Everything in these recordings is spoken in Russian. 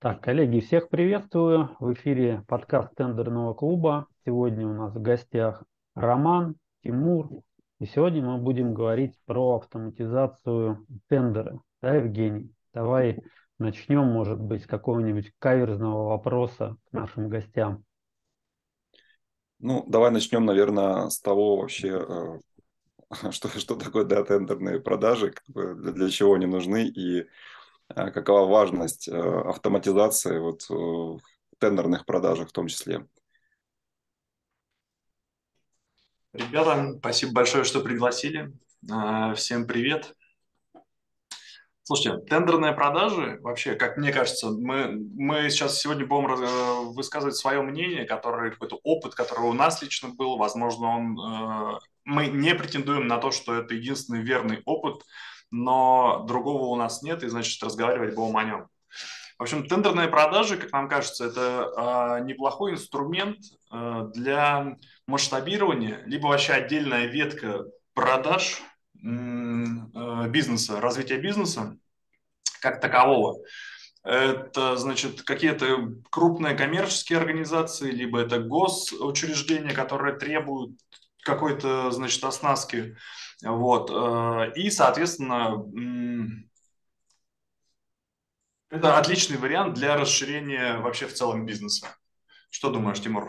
Так, коллеги, всех приветствую. В эфире подкаст тендерного клуба. Сегодня у нас в гостях Роман, Тимур. И сегодня мы будем говорить про автоматизацию тендера. Да, Евгений? Давай начнем, может быть, с какого-нибудь каверзного вопроса к нашим гостям. Ну, давай начнем, наверное, с того вообще, что такое тендерные продажи, как бы для чего они нужны и какова важность автоматизации в тендерных продажах в том числе. Ребята, спасибо большое, что пригласили. Всем привет. Слушайте, тендерные продажи, вообще, как мне кажется, мы сейчас сегодня будем высказывать свое мнение, какой-то опыт, который у нас лично был. Возможно, мы не претендуем на то, что это единственный верный опыт, но другого у нас нет, и, значит, разговаривать будем о нем. В общем, тендерные продажи, как нам кажется, это неплохой инструмент для масштабирования, либо вообще отдельная ветка продаж бизнеса, развития бизнеса как такового. Это, значит, какие-то крупные коммерческие организации, либо это госучреждения, которые требуют какой-то, значит, оснастки. Вот. И, соответственно, это отличный вариант для расширения вообще в целом бизнеса. Что думаешь, Тимур?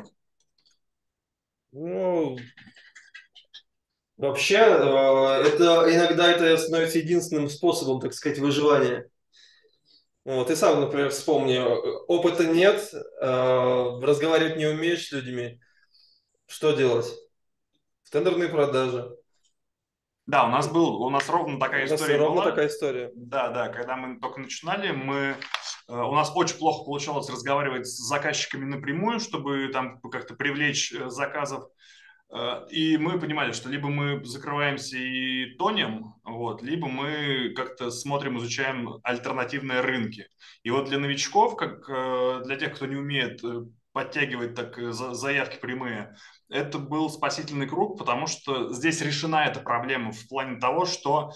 Ну, вообще, иногда это становится единственным способом, так сказать, выживания. Вот, ты сам, например, вспомни, опыта нет, разговаривать не умеешь с людьми. Что делать? В тендерные продажи. Да, у нас ровно такая У нас история ровно была. такая история. Да, да, когда мы только начинали, у нас очень плохо получалось разговаривать с заказчиками напрямую, чтобы там как-то привлечь заказов. И мы понимали, что либо мы закрываемся и тонем, вот, либо мы как-то смотрим, изучаем альтернативные рынки. И вот для новичков, как для тех, кто не умеет подтягивать так заявки прямые, это был спасительный круг, потому что здесь решена эта проблема в плане того, что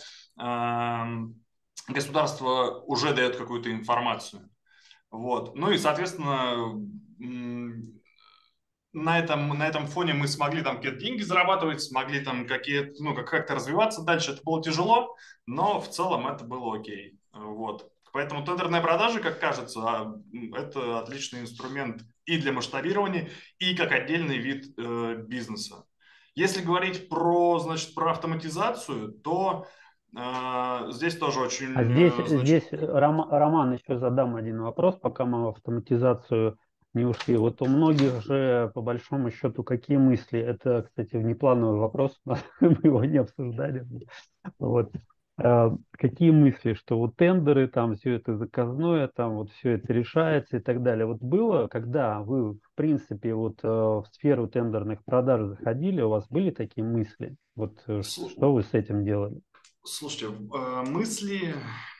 государство уже дает какую-то информацию. Вот. Ну и, соответственно, на этом фоне мы смогли там какие-то деньги зарабатывать, смогли там какие-то, ну, как-то развиваться дальше. Это было тяжело, но в целом это было окей. Вот. Поэтому тендерные продажи, как кажется, это отличный инструмент и для масштабирования, и как отдельный вид бизнеса. Если говорить значит, про автоматизацию, то здесь тоже А очень, здесь значит, Роман, еще задам один вопрос, пока мы в автоматизацию не ушли. Вот у многих же, по большому счету, какие мысли? Это, кстати, внеплановый вопрос, мы его не обсуждали. Вот. Какие мысли, что вот тендеры, там все это заказное, там вот все это решается и так далее. Вот было, когда вы, в принципе, вот в сферу тендерных продаж заходили, у вас были такие мысли? Вот что вы с этим делали? слушайте, мысли...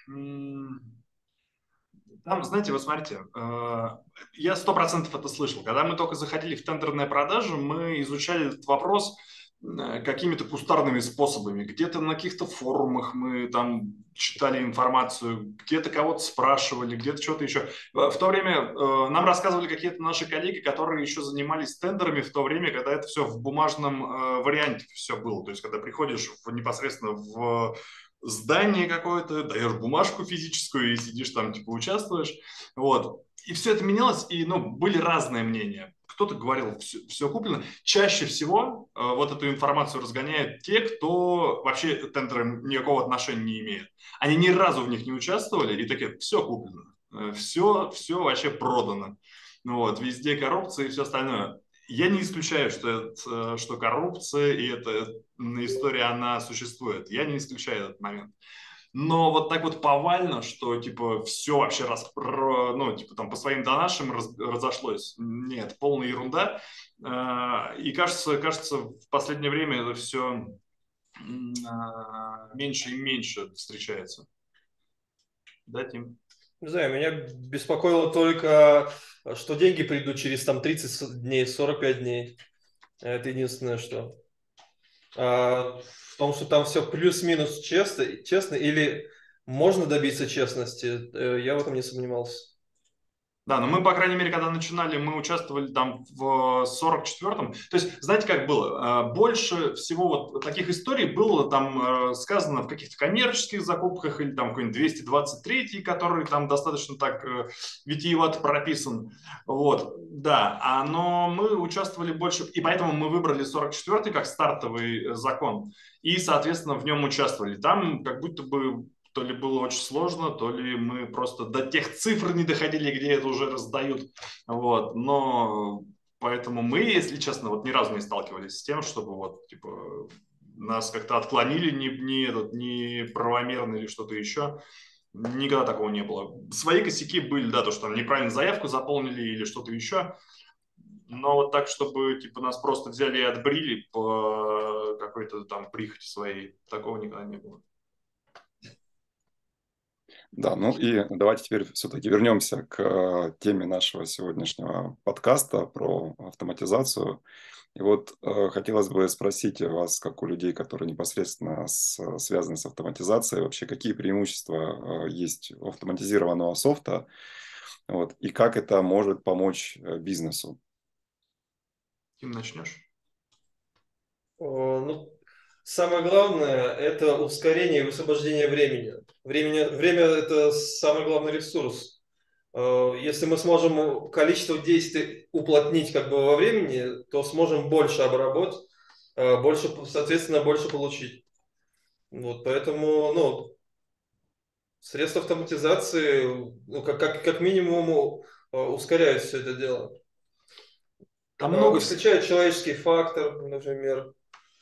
Там, знаете, вот смотрите, я 100% это слышал. Когда мы только заходили в тендерные продажи, мы изучали этот вопрос какими-то кустарными способами. Где-то на каких-то форумах мы там читали информацию, где-то кого-то спрашивали, где-то что-то еще. В то время нам рассказывали какие-то наши коллеги, которые еще занимались тендерами в то время, когда это все в бумажном варианте все было. То есть, когда приходишь непосредственно в здание какое-то, даешь бумажку физическую и сидишь там, типа, участвуешь. Вот. И все это менялось, и, ну, были разные мнения. Кто-то говорил, все куплено. Чаще всего вот эту информацию разгоняют те, кто вообще к тендерам никакого отношения не имеет. Они ни разу в них не участвовали, и такие, все куплено. Все вообще продано. Ну вот, везде коррупция и все остальное. Я не исключаю, что коррупция и эта история, она существует. Я не исключаю этот момент. Но вот так вот повально, что типа все вообще ну, типа там по своим донашам разошлось. Нет, полная ерунда. И кажется, в последнее время это все меньше и меньше встречается. Да, Тим? Не знаю, меня беспокоило только, что деньги придут через там 30 дней, 45 дней. Это единственное, что. В том, что там все плюс-минус честно, или можно добиться честности, я в этом не сомневался. Да, но мы, по крайней мере, когда начинали, мы участвовали там в 44-м. То есть, знаете, как было? Больше всего вот таких историй было там сказано в каких-то коммерческих закупках или там какой-нибудь 223, который там достаточно так витиевато прописан. Вот, да. Но мы участвовали больше, и поэтому мы выбрали 44-й как стартовый закон. И, соответственно, в нем участвовали. Там как будто бы то ли было очень сложно, то ли мы просто до тех цифр не доходили, где это уже раздают. Вот. Но поэтому мы, если честно, вот ни разу не сталкивались с тем, чтобы вот, типа, нас как-то отклонили не правомерно или что-то еще. Никогда такого не было. Свои косяки были, да, то, что там неправильно заявку заполнили или что-то еще. Но вот так, чтобы типа нас просто взяли и отбрили по какой-то там прихоти своей, такого никогда не было. Да, ну и давайте теперь все-таки вернемся к теме нашего сегодняшнего подкаста про автоматизацию. И вот хотелось бы спросить вас, как у людей, которые непосредственно связаны с автоматизацией, вообще какие преимущества есть у автоматизированного софта, вот, и как это может помочь бизнесу? Ким, начнешь? Ну, самое главное – это ускорение и высвобождение времени. Время – это самый главный ресурс. Если мы сможем количество действий уплотнить как бы во времени, то сможем больше обработать, больше, соответственно, больше получить. Вот, поэтому, ну, средства автоматизации, ну, как минимум, ускоряют все это дело. Там много Исключает человеческий фактор, например.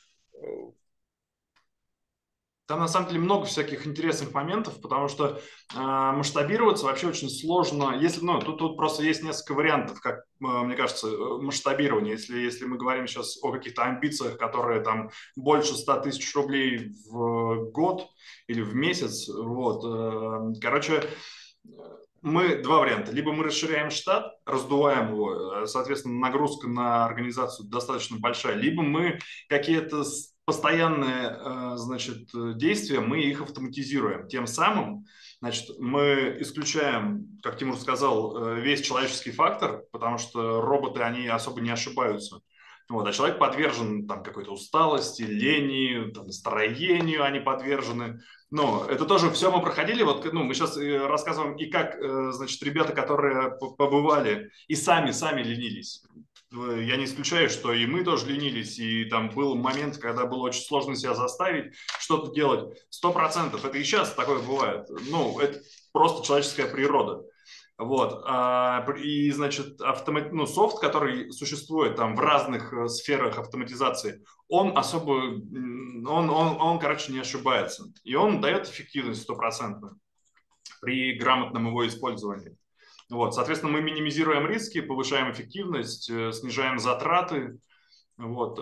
Там на самом деле много всяких интересных моментов, потому что масштабироваться вообще очень сложно. Если, ну, тут просто есть несколько вариантов, как, мне кажется, масштабирование. Если мы говорим сейчас о каких-то амбициях, которые там больше 100 тысяч рублей в год или в месяц, вот, короче, мы два варианта. Либо мы расширяем штат, раздуваем его, соответственно, нагрузка на организацию достаточно большая, либо мы какие-то постоянные, значит, действия, мы их автоматизируем. Тем самым, значит, мы исключаем, как Тимур сказал, весь человеческий фактор, потому что роботы, они особо не ошибаются. Вот, а человек подвержен там какой-то усталости, лени, там, настроению они подвержены. Ну, это тоже все мы проходили. Вот, ну, мы сейчас рассказываем и как, значит, ребята, которые побывали и сами ленились. Я не исключаю, что и мы тоже ленились, и там был момент, когда было очень сложно себя заставить что-то делать. 100%. Это и сейчас такое бывает. Ну, это просто человеческая природа. Вот. И, значит, ну, софт, который существует там в разных сферах автоматизации, он особо, он, короче, не ошибается. И он дает эффективность 100% при грамотном его использовании. Вот. Соответственно, мы минимизируем риски, повышаем эффективность, снижаем затраты. Вот.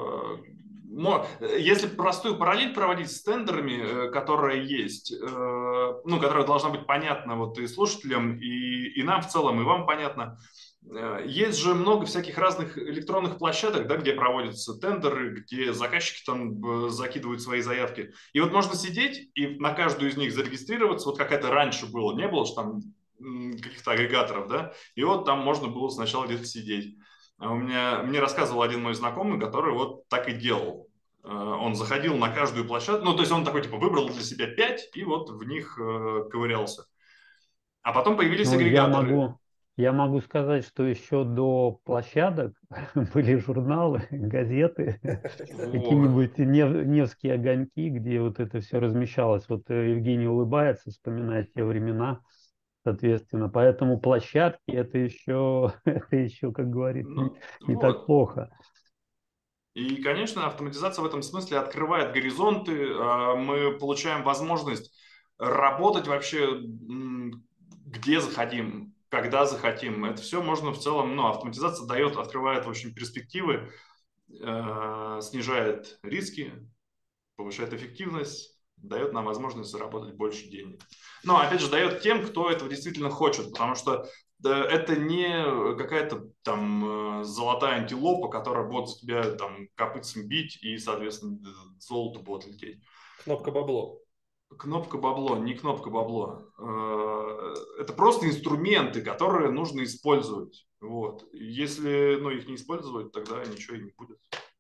Если простую параллель проводить с тендерами, которая есть, ну, которая должна быть понятна вот и слушателям, и нам в целом, и вам понятно, есть же много всяких разных электронных площадок, да, где проводятся тендеры, где заказчики там закидывают свои заявки. И вот можно сидеть и на каждую из них зарегистрироваться, вот как это раньше было, не было же там каких-то агрегаторов, да, и вот там можно было сначала где-то сидеть. Мне рассказывал один мой знакомый, который вот так и делал. Он заходил на каждую площадку, ну, то есть он такой, типа, выбрал для себя 5 и вот в них ковырялся. А потом появились Ну, агрегаторы. я могу сказать, что еще до площадок были журналы, газеты, какие-нибудь Невские огоньки, где вот это все размещалось. Вот Евгений улыбается, вспоминает те времена, соответственно. Поэтому площадки это еще, как говорится, Ну, не так вот. плохо. И, конечно, автоматизация в этом смысле открывает горизонты. Мы получаем возможность работать вообще где захотим, когда захотим. Это все можно в целом, ну, автоматизация дает, открывает, в общем, перспективы, снижает риски, повышает эффективность, дает нам возможность заработать больше денег. Но, опять же, дает тем, кто этого действительно хочет, потому что это не какая-то там золотая антилопа, которая будет за тебя там копытцем бить и, соответственно, золото будет лететь. Кнопка бабло. Кнопка бабло, не кнопка бабло. это просто инструменты, которые нужно использовать. Вот. Если их не использовать, тогда ничего и не будет.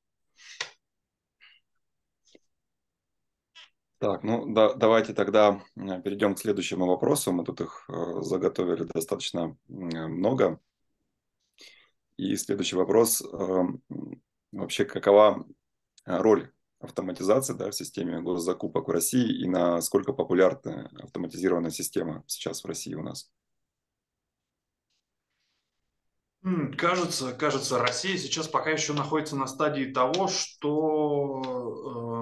Так, ну да, давайте тогда перейдем к следующему вопросу. Мы тут их заготовили достаточно много. И следующий вопрос. Вообще, какова роль автоматизации, да, в системе госзакупок в России и насколько популярна автоматизированная система сейчас в России у нас? Кажется, Россия сейчас пока еще находится на стадии того, что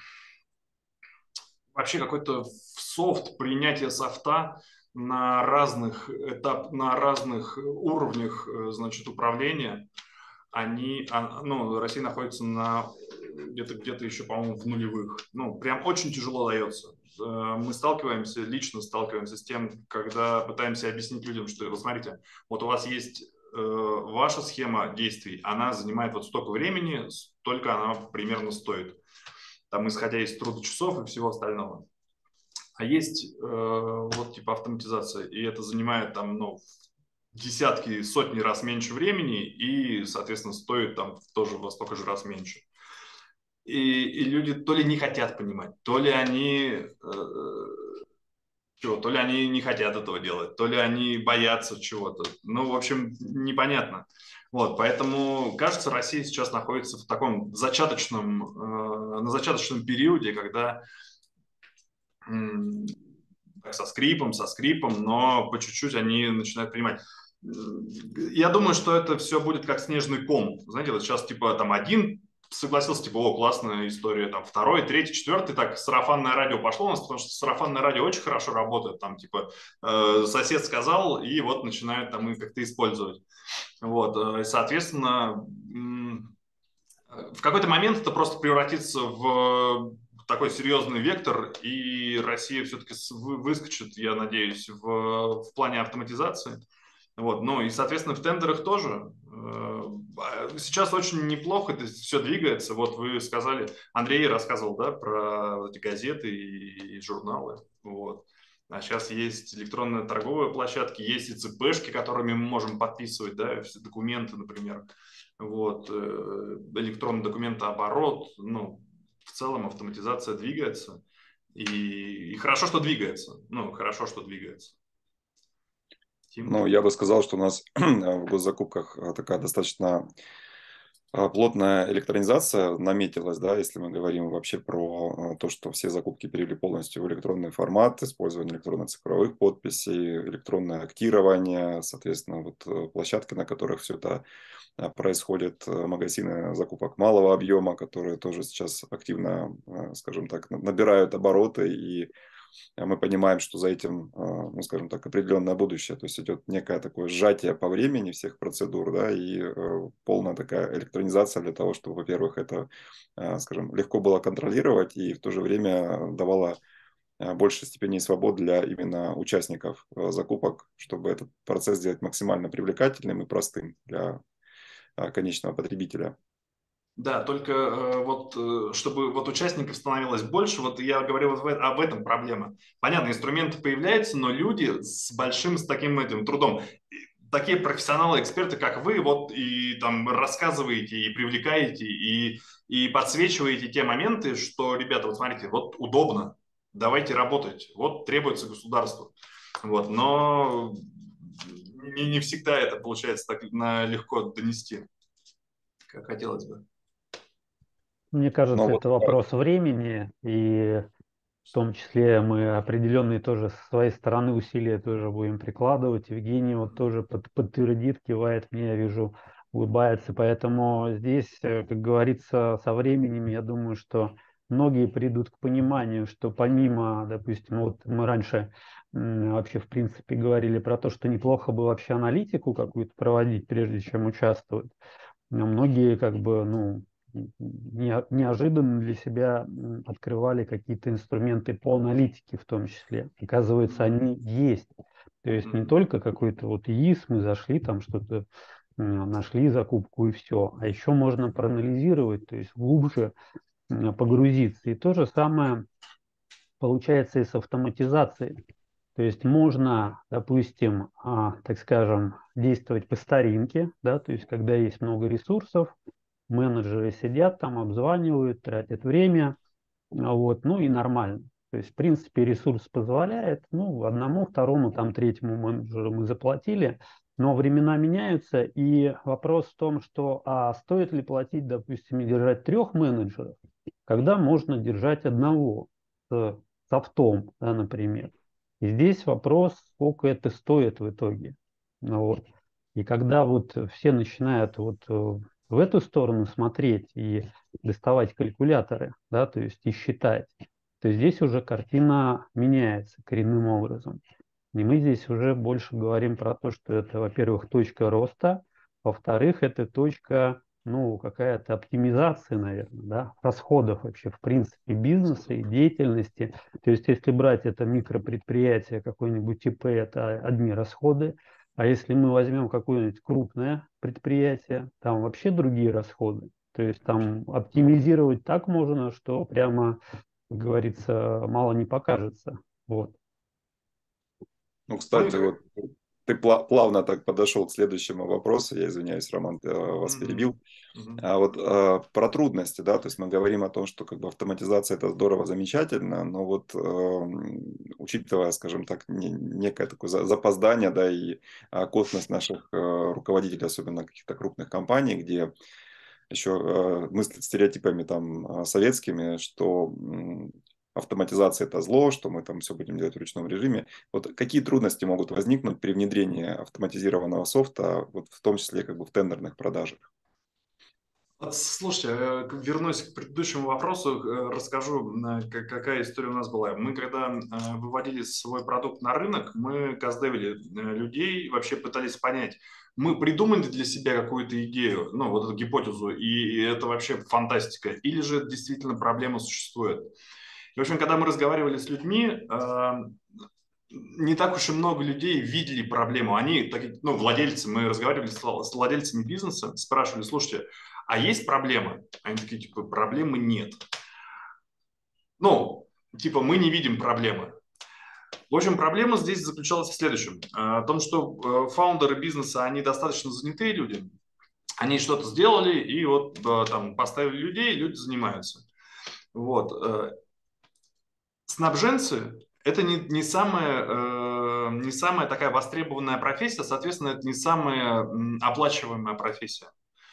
вообще какой-то софт, принятие софта на разных на разных уровнях, значит, управления, Россия находится на где-то еще, по-моему, в нулевых. Ну, прям очень тяжело дается. Мы лично сталкиваемся с тем, когда пытаемся объяснить людям, что, вот смотрите, вот у вас есть ваша схема действий, она занимает вот столько времени, столько она примерно стоит. Там, исходя из трудочасов и всего остального. А есть вот типа автоматизация, и это занимает там, десятки, сотни раз меньше времени и, соответственно, стоит там тоже во столько же раз меньше. И люди то ли не хотят понимать, то ли они не хотят этого делать, то ли они боятся чего-то. Ну, в общем, непонятно. Вот, поэтому, кажется, Россия сейчас находится в таком на зачаточном периоде, когда со скрипом, но по чуть-чуть они начинают принимать. Я думаю, что это все будет как снежный ком. Знаете, вот сейчас типа там один согласился, типа, о, классная история, там второй, третий, четвертый, так сарафанное радио пошло у нас, потому что сарафанное радио очень хорошо работает, там типа сосед сказал, и вот начинают там их как-то использовать. Вот, соответственно, в какой-то момент это просто превратится в такой серьезный вектор, и Россия все-таки выскочит, я надеюсь, в плане автоматизации. Вот. Ну и, соответственно, в тендерах тоже. Сейчас очень неплохо это все двигается. Вот вы сказали, Андрей рассказывал, да, про эти газеты и журналы. Вот. А сейчас есть электронные торговые площадки, есть и ЦПшки, которыми мы можем подписывать, да, все документы, например. Вот. Электронный документооборот. Ну, в целом автоматизация двигается. И хорошо, что двигается. Ну, хорошо, что двигается. Ну, я бы сказал, что у нас в госзакупках такая достаточно плотная электронизация наметилась, да, если мы говорим вообще про то, что все закупки перевели полностью в электронный формат, использование электронно-цифровых подписей, электронное актирование, соответственно, вот площадки, на которых все это происходит, магазины закупок малого объема, которые тоже сейчас активно, скажем так, набирают обороты, и мы понимаем, что за этим, ну, скажем так, определенное будущее. То есть идет некое такое сжатие по времени всех процедур, да, и полная такая электронизация для того, чтобы, во-первых, это, скажем, легко было контролировать и в то же время давало больше степеней свобод для именно участников закупок, чтобы этот процесс сделать максимально привлекательным и простым для конечного потребителя. Да, только чтобы вот участников становилось больше, вот я говорю об этом проблема. Понятно, инструменты появляются, но люди с таким этим трудом, такие профессионалы, эксперты, как вы, вот и там рассказываете, и привлекаете, и подсвечиваете те моменты, что, ребята, вот смотрите, вот удобно, давайте работать, вот требуется государство. Вот, но не всегда это получается так легко донести, как хотелось бы. Мне Но кажется, вот это вопрос времени, и в том числе мы определенные тоже со своей стороны усилия тоже будем прикладывать. Евгений вот тоже подтвердит, кивает мне, я вижу, улыбается. Поэтому здесь, как говорится, со временем, я думаю, что многие придут к пониманию, что помимо, допустим, вот мы раньше вообще в принципе говорили про то, что неплохо бы вообще аналитику какую-то проводить, прежде чем участвовать. Но многие как бы, ну, неожиданно для себя открывали какие-то инструменты по аналитике в том числе. Оказывается, они есть. То есть не только какой-то вот ИИС, мы зашли, там что-то нашли закупку и все, а еще можно проанализировать, то есть глубже погрузиться. И то же самое получается и с автоматизацией. То есть можно, допустим, так скажем, действовать по старинке, да, то есть когда есть много ресурсов, менеджеры сидят там, обзванивают, тратят время, вот, ну и нормально. То есть, в принципе, ресурс позволяет, ну, одному, второму, там, третьему менеджеру мы заплатили, но времена меняются, и вопрос в том, что, стоит ли платить, допустим, и держать 3 менеджеров, когда можно держать одного с софтом, да, например. И здесь вопрос, сколько это стоит в итоге. Ну, вот. И когда вот все начинают вот в эту сторону смотреть и доставать калькуляторы, да, то есть и считать, то здесь уже картина меняется коренным образом. И мы здесь уже больше говорим про то, что это, во-первых, точка роста, во-вторых, это точка, ну, какая-то оптимизация, наверное, да, расходов вообще, в принципе, бизнеса и деятельности. То есть, если брать это микропредприятие, какое-нибудь ИП, это одни расходы, а если мы возьмем какое-нибудь крупное предприятие, там вообще другие расходы. То есть там оптимизировать так можно, что прямо, как говорится, мало не покажется. Вот. Ну, Ну и кстати, вот ты плавно так подошел к следующему вопросу. Я извиняюсь, Роман, вас перебил. Вот про трудности, да, то есть мы говорим о том, что как бы автоматизация это здорово, замечательно, но вот учитывая, скажем так, некое такое запоздание, да, и косность наших руководителей, особенно каких-то крупных компаний, где еще мыслят стереотипами там советскими, что автоматизация это зло, что мы там все будем делать в ручном режиме. Вот какие трудности могут возникнуть при внедрении автоматизированного софта, вот в том числе как бы в тендерных продажах? Слушайте, вернусь к предыдущему вопросу, расскажу, какая история у нас была. Мы, когда выводили свой продукт на рынок, мы каздевили людей, вообще пытались понять, мы придумали для себя какую-то идею, ну, вот эту гипотезу, и это вообще фантастика, или же действительно проблема существует. И, в общем, когда мы разговаривали с людьми, не так уж и много людей видели проблему. Они, ну, владельцы, мы разговаривали с владельцами бизнеса, спрашивали, слушайте, а есть проблемы? Они такие, типа, проблемы нет. Ну, типа, мы не видим проблемы. В общем, проблема здесь заключалась в следующем. О том, что фаундеры бизнеса, они достаточно занятые люди. Они что-то сделали и вот там поставили людей, люди занимаются. Вот. Снабженцы – это не самая такая востребованная профессия, соответственно, это не самая оплачиваемая профессия.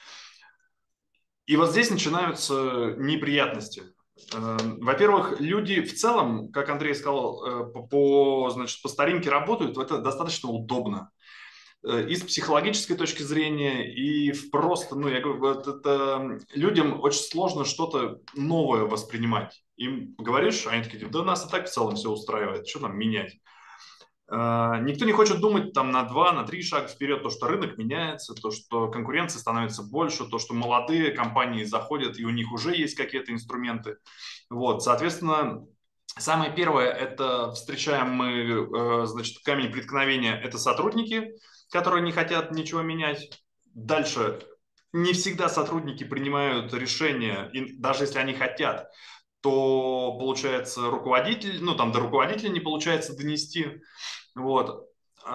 И вот здесь начинаются неприятности. Во-первых, люди в целом, как Андрей сказал, значит, по старинке работают, это достаточно удобно. И с психологической точки зрения, и просто, ну, я говорю, вот это людям очень сложно что-то новое воспринимать. Им говоришь, они такие, да нас и так в целом все устраивает, что нам менять? Никто не хочет думать там на 2, на 3 шага вперед, то, что рынок меняется, то, что конкуренция становится больше, то, что молодые компании заходят, и у них уже есть какие-то инструменты. Вот, соответственно, самое первое, это встречаем мы, значит, камень преткновения, это сотрудники, которые не хотят ничего менять. Дальше, не всегда сотрудники принимают решения, даже если они хотят, то получается руководитель, ну там до руководителя не получается донести. Вот.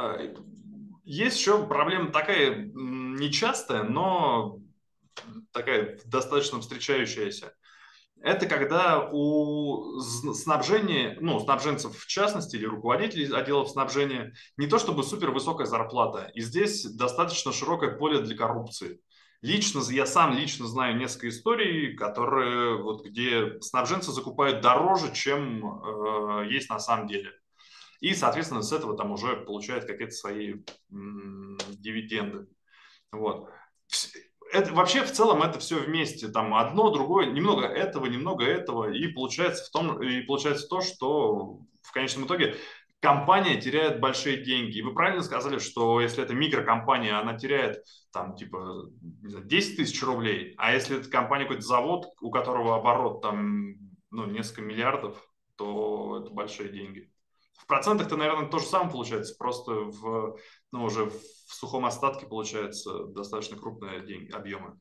Есть еще проблема такая нечастая, но такая достаточно встречающаяся. Это когда у снабжения, ну, снабженцев в частности, или руководителей отделов снабжения, не то чтобы супер высокая зарплата. И здесь достаточно широкое поле для коррупции. Я сам лично знаю несколько историй, которые, вот, где снабженцы закупают дороже, чем есть на самом деле. И, соответственно, с этого там уже получают какие-то свои дивиденды. Вот. Это, вообще, в целом, это все вместе. Там одно, другое, немного этого. И получается то, что в конечном итоге компания теряет большие деньги. И вы правильно сказали, что если это микрокомпания, она теряет там типа 10 тысяч рублей, а если это компания, какой-то завод, у которого оборот там, ну, несколько миллиардов, то это большие деньги. В процентах-то, наверное, то же самое получается, просто уже в сухом остатке получается достаточно крупные объемы.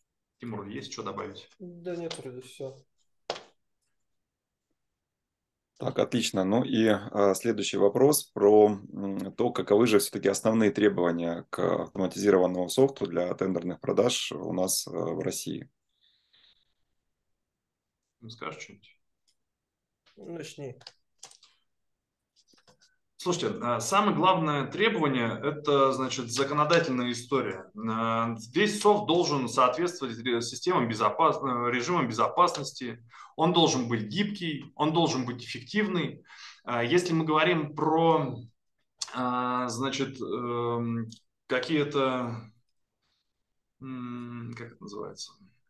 Тимур, есть что добавить? Да нет, вроде все. Так, отлично. Ну и следующий вопрос про то, каковы же все-таки основные требования к автоматизированному софту для тендерных продаж у нас в России. Скажешь что-нибудь? Начни. Слушайте, самое главное требование – это, значит, законодательная история. Весь софт должен соответствовать системам режимам безопасности, он должен быть гибкий, он должен быть эффективный. Если мы говорим про, значит, какие-то, как это называется?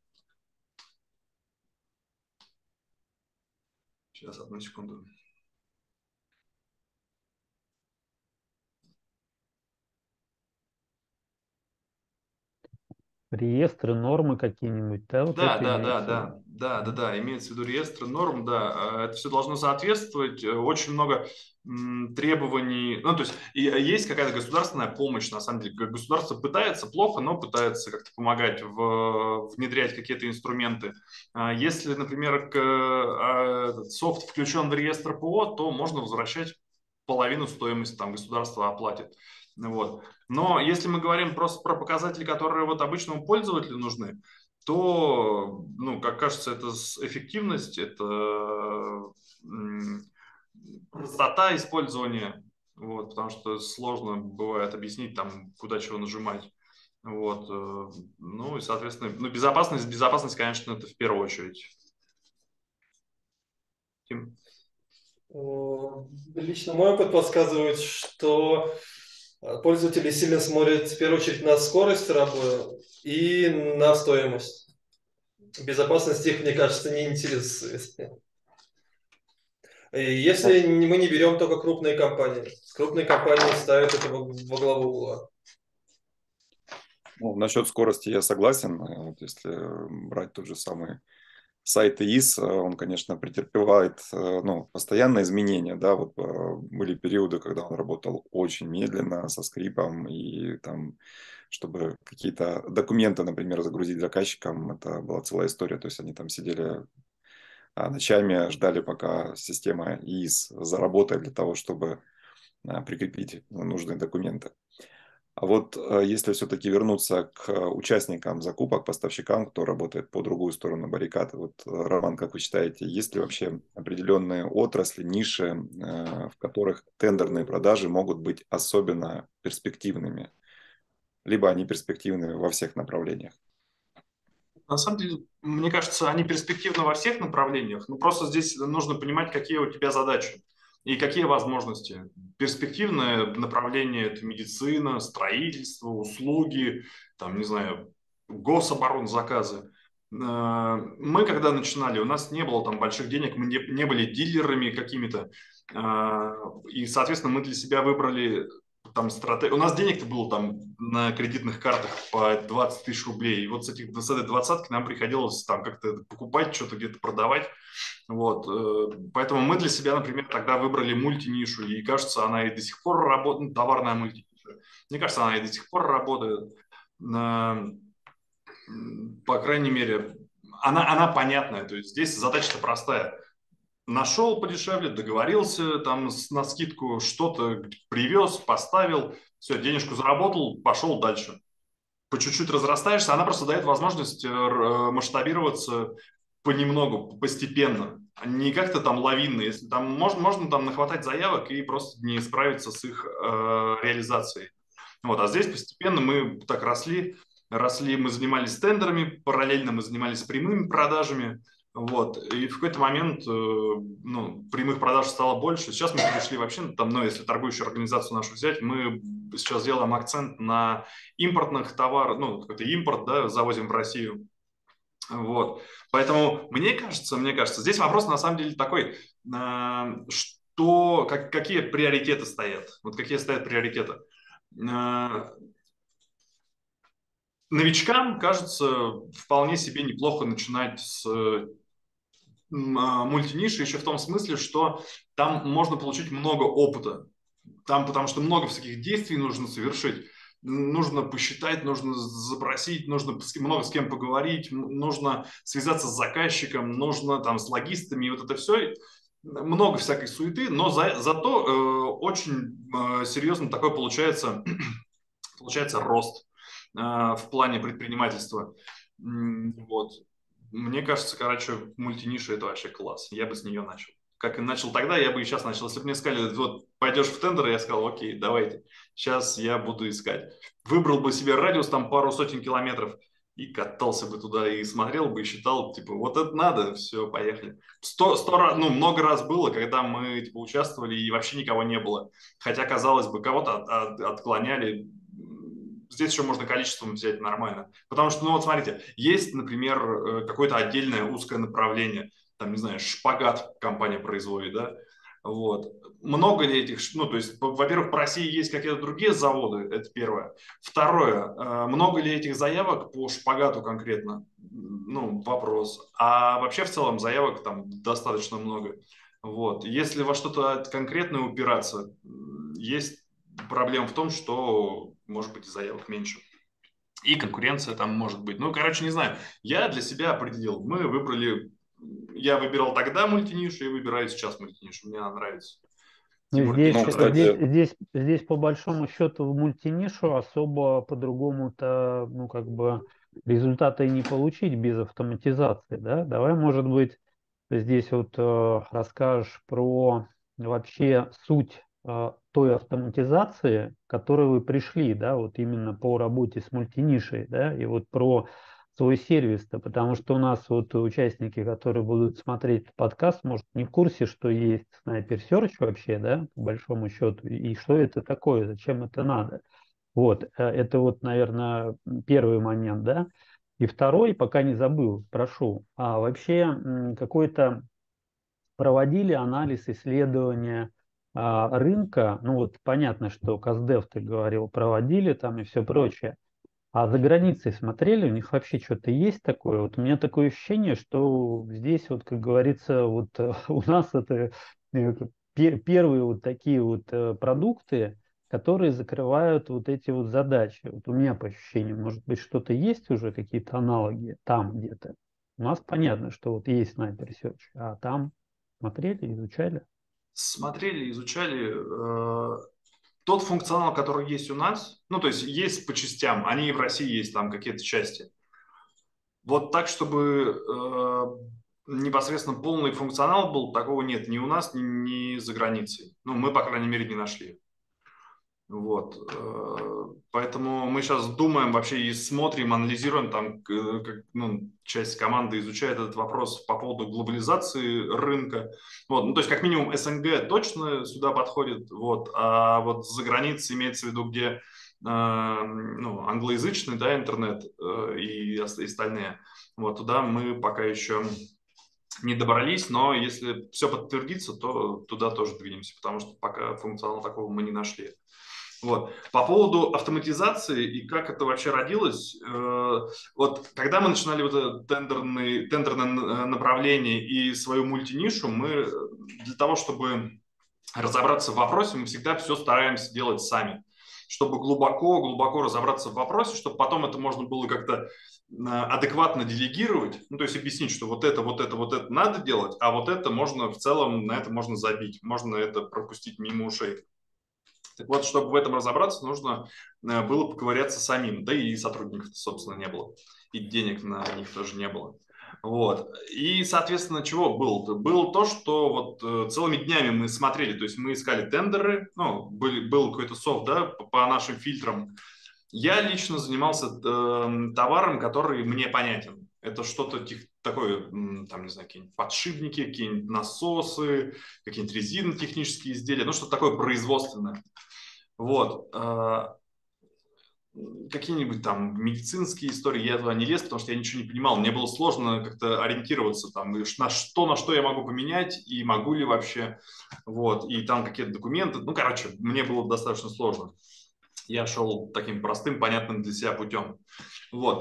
Сейчас, одну секунду. Реестры, нормы какие-нибудь, да, вот Да, это да, да, имеется в виду? да, имеется в виду реестры норм, да, это все должно соответствовать, очень много требований, ну, то есть есть какая-то государственная помощь, на самом деле, государство пытается, плохо, но пытается как-то помогать внедрять какие-то инструменты. Если, например, софт включен в реестр ПО, то можно возвращать половину стоимости, там государство оплатит. Вот. Но если мы говорим просто про показатели, которые вот обычному пользователю нужны, то, ну, как кажется, это эффективность, это простота использования, вот, потому что сложно бывает объяснить, там, куда чего нажимать. Вот, ну и, соответственно, ну, безопасность, конечно, это в первую очередь. Тим? Лично мой опыт подсказывает, что пользователи сильно смотрят в первую очередь на скорость работы и на стоимость. Безопасность их, мне кажется, не интересует. Если мы не берем только крупные компании. Крупные компании ставят это во главу угла. Ну, насчет скорости я согласен. Вот если брать тот же самый сайт ИИС, он, конечно, претерпевает ну, постоянные изменения. Да? Вот были периоды, когда он работал очень медленно, со скрипом, и там, чтобы какие-то документы, например, загрузить заказчикам, это была целая история. То есть они там сидели ночами, ждали, пока система ИИС заработает для того, чтобы прикрепить нужные документы. А вот если все-таки вернуться к участникам закупок, поставщикам, кто работает по другую сторону баррикад, вот, Роман, как вы считаете, есть ли вообще определенные отрасли, ниши, в которых тендерные продажи могут быть особенно перспективными, либо они перспективны во всех направлениях? На самом деле, мне кажется, они перспективны во всех направлениях, но просто здесь нужно понимать, какие у тебя задачи и какие возможности. Перспективное направление – это медицина, строительство, услуги, там, не знаю, гособоронзаказы. Мы, когда начинали, у нас не было там больших денег, мы не были дилерами какими-то, и, соответственно, мы для себя выбрали там у нас денег-то было там на кредитных картах по 20 тысяч рублей. И вот с этой двадцатки нам приходилось там как-то покупать, что-то где-то продавать. Вот. Поэтому мы для себя, например, тогда выбрали мультинишу. И кажется, она и до сих пор работает, ну, товарная мультиниша. Мне кажется, она и до сих пор работает. По крайней мере, она понятная. То есть здесь задача-то простая. Нашел подешевле, договорился там на скидку, что-то привез, поставил, все, денежку заработал, пошел дальше. По чуть-чуть разрастаешься, она просто дает возможность масштабироваться понемногу, постепенно, не как-то там лавинно. Если там можно там нахватать заявок и просто не справиться с их реализацией. Вот, а здесь постепенно мы так росли, мы занимались тендерами, параллельно мы занимались прямыми продажами. Вот. И в какой-то момент ну, прямых продаж стало больше. Сейчас мы перешли вообще, там, ну, если торгующую организацию нашу взять, мы сейчас делаем акцент на импортных товарах, ну, какой-то импорт, да, завозим в Россию. Вот. Поэтому мне кажется, здесь вопрос на самом деле такой, какие приоритеты стоят. Вот какие стоят приоритеты. Новичкам, кажется, вполне себе неплохо начинать с мультиниши еще в том смысле, что там можно получить много опыта. Там, потому что много всяких действий нужно совершить. Нужно посчитать, нужно запросить, нужно много с кем поговорить, нужно связаться с заказчиком, нужно там с логистами, и вот это все. много всякой суеты, но зато очень серьезно такой получается рост в плане предпринимательства. Вот. Мне кажется, короче, мультиниша – это вообще класс. Я бы с нее начал. Как и начал тогда, я бы и сейчас начал. Если бы мне сказали, вот пойдешь в тендер, я сказал, окей, давайте, сейчас я буду искать. Выбрал бы себе радиус, там пару сотен километров, и катался бы туда, и смотрел бы, и считал, типа, вот это надо, все, поехали. Много раз было, когда мы, типа, участвовали, и вообще никого не было. Хотя, казалось бы, кого-то отклоняли. Здесь еще можно количеством взять нормально. Потому что, ну вот смотрите, есть, например, какое-то отдельное узкое направление. Там, не знаю, шпагат компания производит, да? Вот. Много ли этих, ну, то есть, во-первых, по России есть какие-то другие заводы, это первое. Второе, много ли этих заявок по шпагату конкретно? Ну, вопрос. А вообще, в целом, заявок там достаточно много. Вот. Если во что-то конкретное упираться, есть проблема в том, что, может быть, и заявок меньше. И конкуренция там может быть. Ну, короче, не знаю. Я для себя определил. Я выбирал тогда мультинишу и выбираю сейчас мультинишу. Мне она нравится. Ну, Тимур, здесь, тебе что нравится? здесь по большому счету в мультинишу особо по-другому-то, ну, как бы результата и не получить без автоматизации, да? Давай, может быть, здесь вот расскажешь про вообще суть той автоматизации, к которой вы пришли, да, вот именно по работе с мультинишей, да, и вот про свой сервис-то, потому что у нас вот участники, которые будут смотреть подкаст, может, не в курсе, что есть Sniper Search вообще, да, по большому счету, и что это такое, зачем это надо. Вот, это вот, наверное, первый момент, да. И второй, пока не забыл, прошу, вообще какой-то проводили анализ исследования рынка, ну вот понятно, что Каздев, ты говорил, проводили там и все прочее, а за границей смотрели, у них вообще что-то есть такое? Вот у меня такое ощущение, что здесь вот, как говорится, вот у нас это первые вот такие вот продукты, которые закрывают вот эти вот задачи. Вот у меня по ощущениям, может быть, что-то есть уже, какие-то аналоги там где-то. У нас понятно, что вот есть Sniper Search, а там смотрели, изучали. Смотрели, изучали. Тот функционал, который есть у нас, ну, то есть есть по частям, они и в России есть там какие-то части. Вот так, чтобы непосредственно полный функционал был, такого нет ни у нас, ни за границей. Ну, мы, по крайней мере, не нашли. Вот. Поэтому мы сейчас думаем вообще и смотрим, анализируем, там, часть команды изучает этот вопрос по поводу глобализации рынка. Вот. Ну, то есть, как минимум, СНГ точно сюда подходит, вот. А вот за границей имеется в виду, где англоязычный, да, интернет и остальные. Вот туда мы пока еще не добрались, но если все подтвердится, то туда тоже двинемся, потому что пока функционала такого мы не нашли. Вот. По поводу автоматизации и как это вообще родилось, вот когда мы начинали вот это тендерное направление и свою мультинишу, мы для того, чтобы разобраться в вопросе, мы всегда все стараемся делать сами, чтобы глубоко разобраться в вопросе, чтобы потом это можно было как-то адекватно делегировать, ну, то есть объяснить, что вот это надо делать, а вот это можно в целом, на это можно забить, можно это пропустить мимо ушей. Так вот, чтобы в этом разобраться, нужно было поковыряться самим, да и сотрудников, собственно, не было, и денег на них тоже не было. Вот. И, соответственно, чего было-то? Было то, что вот целыми днями мы смотрели, то есть мы искали тендеры, ну, был какой-то софт, да, по нашим фильтрам. Я лично занимался товаром, который мне понятен. Это что-то такое, там, не знаю, какие-нибудь подшипники, какие-нибудь насосы, какие-нибудь резинотехнические изделия, ну, что-то такое производственное. Вот. Какие-нибудь там медицинские истории, я туда не лез, потому что я ничего не понимал. Мне было сложно как-то ориентироваться там, на что я могу поменять, и могу ли вообще. Вот. И там какие-то документы. Ну, короче, мне было достаточно сложно. Я шел таким простым, понятным для себя путем. Вот.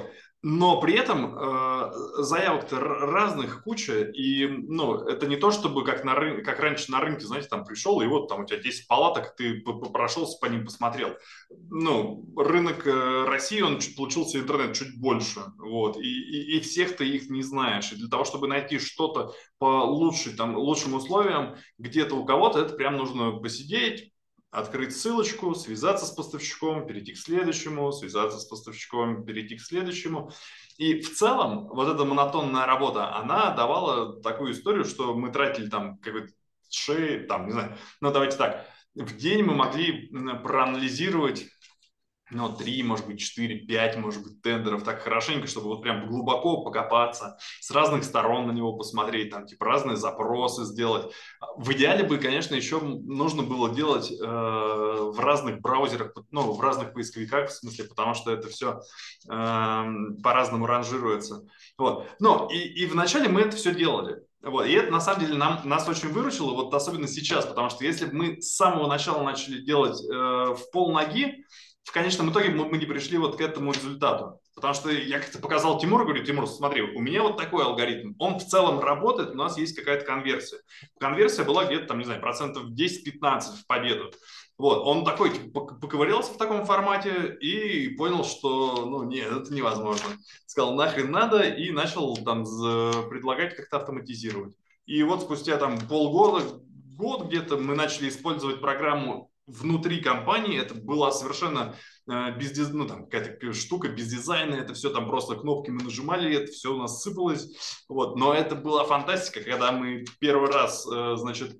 Но при этом заявок-то разных куча, и ну, это не то, чтобы как раньше на рынке, знаете, там пришел, и вот там у тебя 10 палаток, ты прошелся по ним, посмотрел. Ну, рынок России, он получился интернет чуть больше, вот, и всех ты их не знаешь. И для того, чтобы найти что-то по лучшим условиям где-то у кого-то, это прям нужно посидеть, открыть ссылочку, связаться с поставщиком, перейти к следующему, связаться с поставщиком, перейти к следующему. И в целом вот эта монотонная работа, она давала такую историю, что мы тратили там какой-то там, не знаю, ну давайте так, в день мы могли проанализировать 3, может быть, 4, 5, может быть, тендеров так хорошенько, чтобы вот прям глубоко покопаться, с разных сторон на него посмотреть, там, типа, разные запросы сделать. В идеале бы, конечно, еще нужно было делать в разных браузерах, ну, в разных поисковиках, в смысле, потому что это все по-разному ранжируется. Вот. Но и вначале мы это все делали. Вот. И это, на самом деле, нас очень выручило, вот особенно сейчас, потому что если бы мы с самого начала начали делать в полноги, в конечном итоге мы не пришли вот к этому результату. Потому что я как-то показал Тимуру, говорю, Тимур, смотри, у меня вот такой алгоритм. Он в целом работает, у нас есть какая-то конверсия. Конверсия была где-то, там, не знаю, процентов 10-15 в победу. Вот, он такой типа, поковырялся в таком формате и понял, что, ну, нет, это невозможно. Сказал, нахрен надо, и начал там предлагать как-то автоматизировать. И вот спустя там полгода, год где-то мы начали использовать программу внутри компании. Это была совершенно ну, там какая-то штука без дизайна, это все там просто кнопки мы нажимали, это все у нас сыпалось. Вот. Но это была фантастика, когда мы первый раз, значит,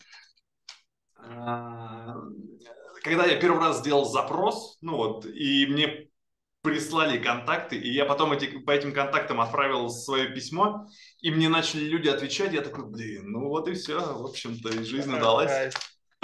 когда я первый раз сделал запрос, ну вот, и мне прислали контакты, и я потом по этим контактам отправил свое письмо, и мне начали люди отвечать, я такой, блин, ну вот и все, в общем-то, и жизнь удалась.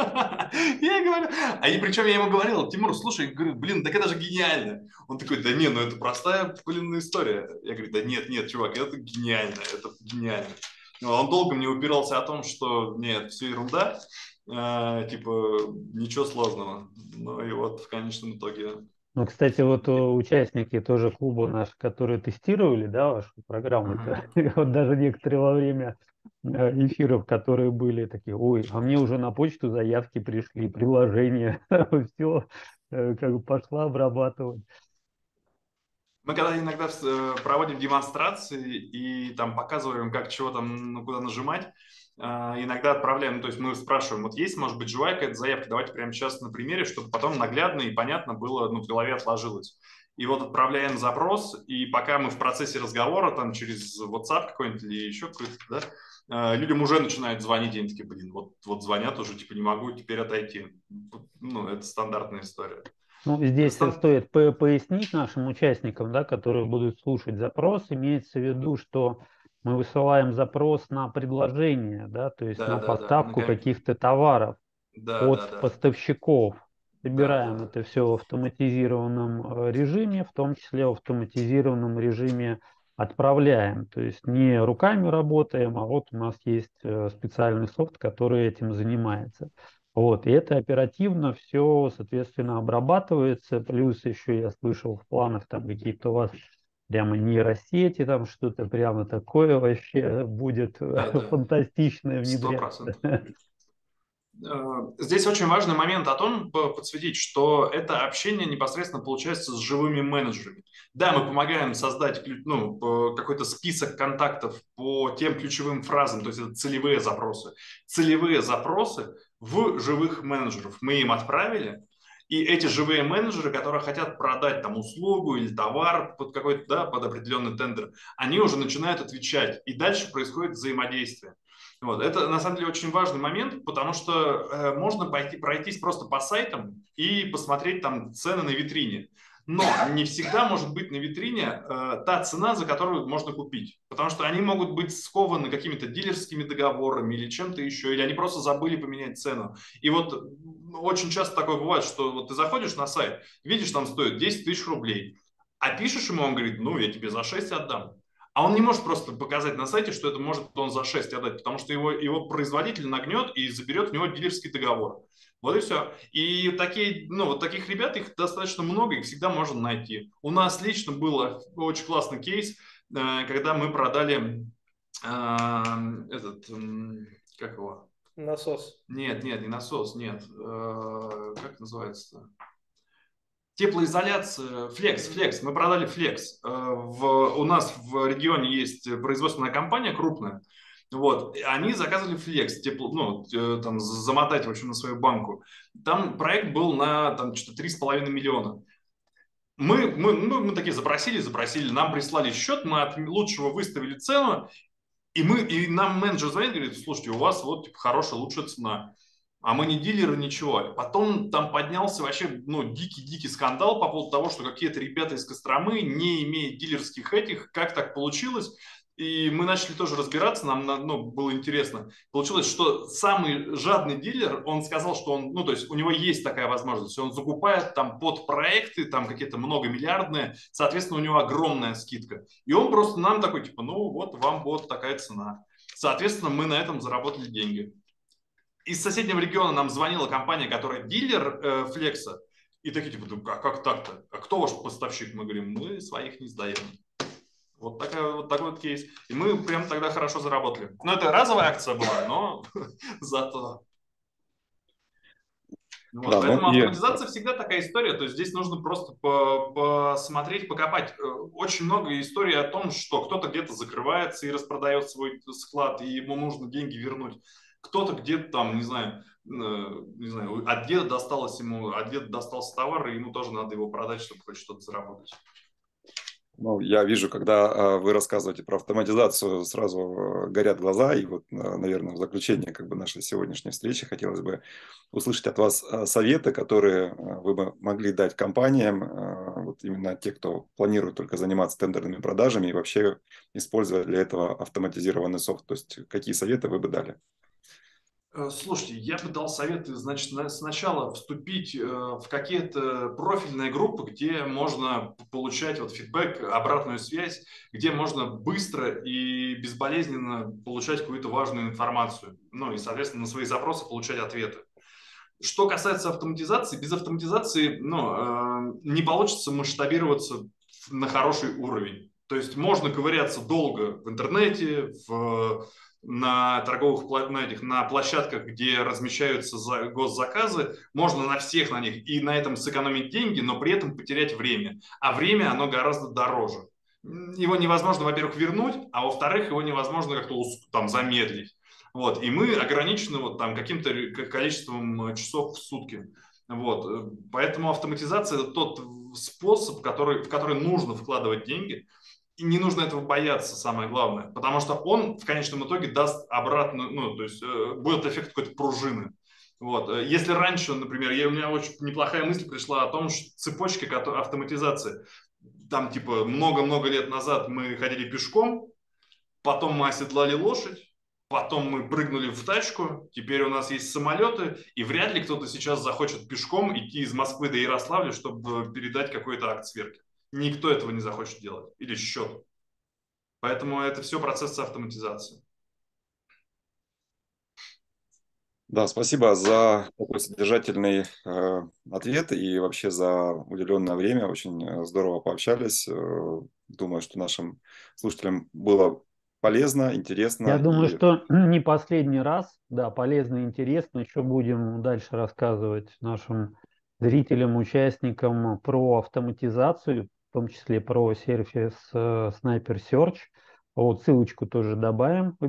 Я говорю, и причем я ему говорил, Тимур, слушай, говорю, блин, так это же гениально. Он такой, да не, ну это простая, блин, история. Я говорю, да нет, чувак, это гениально, это гениально. Он долго мне упирался о том, что нет, все ерунда, типа ничего сложного. Ну и вот в конечном итоге. Ну, кстати, вот участники тоже клуба наши, которые тестировали, да, вашу программу, вот даже некоторые во время эфиров, которые были такие, ой, а мне уже на почту заявки пришли, приложения, все, как бы пошла обрабатывать. Мы когда иногда проводим демонстрации и там показываем, как чего там, ну, куда нажимать, иногда отправляем, ну, то есть мы спрашиваем, вот есть, может быть, живая какая-то заявка, давайте прямо сейчас на примере, чтобы потом наглядно и понятно было, ну, в голове отложилось. И вот отправляем запрос, и пока мы в процессе разговора, там, через WhatsApp какой-нибудь или еще какой-то, да, людям уже начинают звонить, и они такие, блин, вот звонят уже, типа, не могу теперь отойти. Ну, это стандартная история. Ну, здесь стоит пояснить нашим участникам, да, которые будут слушать запрос, имеется в виду, что мы высылаем запрос на предложение, да, то есть на поставку каких-то товаров от поставщиков. Собираем это все в автоматизированном режиме, в том числе в автоматизированном режиме отправляем. То есть не руками работаем, а вот у нас есть специальный софт, который этим занимается. Вот, и это оперативно все, соответственно, обрабатывается. Плюс еще я слышал в планах там какие-то у вас прямо нейросети, там что-то прямо такое вообще будет фантастичное внедряться. 100%. Здесь очень важный момент о том подсветить, что это общение непосредственно получается с живыми менеджерами. Да, мы помогаем создать какой-то список контактов по тем ключевым фразам, то есть это целевые запросы. Целевые запросы в живых менеджеров мы им отправили, и эти живые менеджеры, которые хотят продать там услугу или товар под какой-то, да, под определенный тендер, они уже начинают отвечать, и дальше происходит взаимодействие. Вот. Это на самом деле очень важный момент, потому что можно пройтись просто по сайтам и посмотреть там цены на витрине. Но не всегда может быть на витрине та цена, за которую можно купить. Потому что они могут быть скованы какими-то дилерскими договорами или чем-то еще, или они просто забыли поменять цену. И вот очень часто такое бывает, что вот ты заходишь на сайт, видишь, там стоит 10 тысяч рублей, а пишешь ему, он говорит, ну, я тебе за 6 отдам. А он не может просто показать на сайте, что это может он за 6 отдать, потому что его производитель нагнет и заберет у него дилерский договор. Вот и все. И такие, ну, вот таких ребят, их достаточно много, их всегда можно найти. У нас лично был очень классный кейс, когда мы продали как его? Насос. Нет, не насос, нет. Как называется-то? Теплоизоляция, Flex. Мы продали Flex. У нас в регионе есть производственная компания крупная. Вот, они заказывали Flex, там замотать, в общем, на свою банку. Там проект был на там, что-то 3,5 миллиона. Мы такие запросили, нам прислали счет, мы от лучшего выставили цену, и нам менеджер звонит, говорит, слушайте, у вас вот типа, хорошая, лучшая цена. А мы не дилеры, ничего. Потом там поднялся вообще дикий скандал по поводу того, что какие-то ребята из Костромы, не имея дилерских этих, как так получилось. И мы начали тоже разбираться, нам было интересно. Получилось, что самый жадный дилер, он сказал, что то есть у него есть такая возможность, он закупает там под проекты, там какие-то многомиллиардные, соответственно, у него огромная скидка. И он просто нам такой, типа, вот вам вот такая цена. Соответственно, мы на этом заработали деньги. Из соседнего региона нам звонила компания, которая дилер Флекса, и такие, типа, как так-то? А кто ваш поставщик? Мы говорим, мы своих не сдаем. Вот такой вот кейс. И мы прям тогда хорошо заработали. Ну, это разовая акция была, но зато. Вот, Да, поэтому автоматизация всегда такая история. То есть здесь нужно просто посмотреть, покопать. Очень много историй о том, что кто-то где-то закрывается и распродает свой склад, и ему нужно деньги вернуть. Кто-то где-то там, не знаю, от деда достался товар, и ему тоже надо его продать, чтобы хоть что-то заработать. Ну, я вижу, когда вы рассказываете про автоматизацию, сразу горят глаза. И вот, наверное, в заключение нашей сегодняшней встречи хотелось бы услышать от вас советы, которые вы бы могли дать компаниям, вот именно те, кто планирует только заниматься тендерными продажами и вообще использовать для этого автоматизированный софт. То есть какие советы вы бы дали? Слушайте, я бы дал советы, значит, сначала вступить в какие-то профильные группы, где можно получать вот фидбэк, обратную связь, где можно быстро и безболезненно получать какую-то важную информацию, ну и, соответственно, на свои запросы получать ответы. Что касается автоматизации, без автоматизации не получится масштабироваться на хороший уровень. То есть можно ковыряться долго в интернете, на торговых на площадках, где размещаются госзаказы, можно на всех на них и на этом сэкономить деньги, но при этом потерять время. А время, оно гораздо дороже. Его невозможно, во-первых, вернуть, а во-вторых, его невозможно как-то там замедлить. Вот. И мы ограничены вот там каким-то количеством часов в сутки. Вот. Поэтому автоматизация – это тот способ, в который нужно вкладывать деньги. И не нужно этого бояться, самое главное, потому что он в конечном итоге даст обратную, то есть будет эффект какой-то пружины. Вот. Если раньше, например, у меня очень неплохая мысль пришла о том, что цепочки автоматизации, там типа много-много лет назад мы ходили пешком, потом мы оседлали лошадь, потом мы прыгнули в тачку, теперь у нас есть самолеты, и вряд ли кто-то сейчас захочет пешком идти из Москвы до Ярославля, чтобы передать какой-то акт сверки. Никто этого не захочет делать. Или счет. Поэтому это все процессы автоматизации. Да, спасибо за такой содержательный ответ и вообще за уделенное время. Очень здорово пообщались. Думаю, что нашим слушателям было полезно, интересно. Я думаю, что не последний раз, да, полезно и интересно. Еще будем дальше рассказывать нашим зрителям, участникам про автоматизацию, в том числе про сервис Sniper Search. Вот ссылочку тоже добавим.